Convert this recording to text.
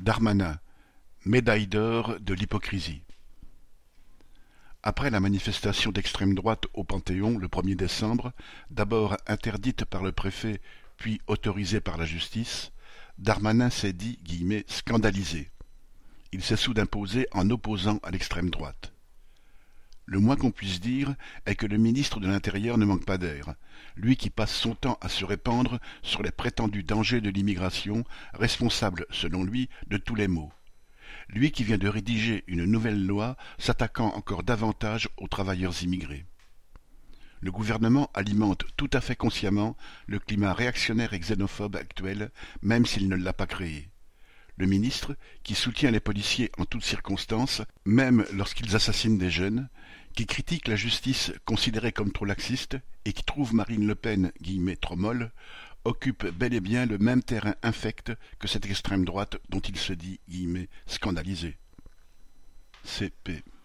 Darmanin, médaille d'or de l'hypocrisie. Après la manifestation d'extrême droite au Panthéon le 1er décembre, d'abord interdite par le préfet, puis autorisée par la justice, Darmanin s'est dit « scandalisé ». Il s'est soudain posé en opposant à l'extrême droite. Le moins qu'on puisse dire est que le ministre de l'Intérieur ne manque pas d'air, lui qui passe son temps à se répandre sur les prétendus dangers de l'immigration, responsable, selon lui, de tous les maux. Lui qui vient de rédiger une nouvelle loi s'attaquant encore davantage aux travailleurs immigrés. Le gouvernement alimente tout à fait consciemment le climat réactionnaire et xénophobe actuel, même s'il ne l'a pas créé. Le ministre, qui soutient les policiers en toutes circonstances, même lorsqu'ils assassinent des jeunes, qui critique la justice considérée comme trop laxiste et qui trouve Marine Le Pen « trop molle », occupe bel et bien le même terrain infect que cette extrême droite dont il se dit « scandalisé ». CP.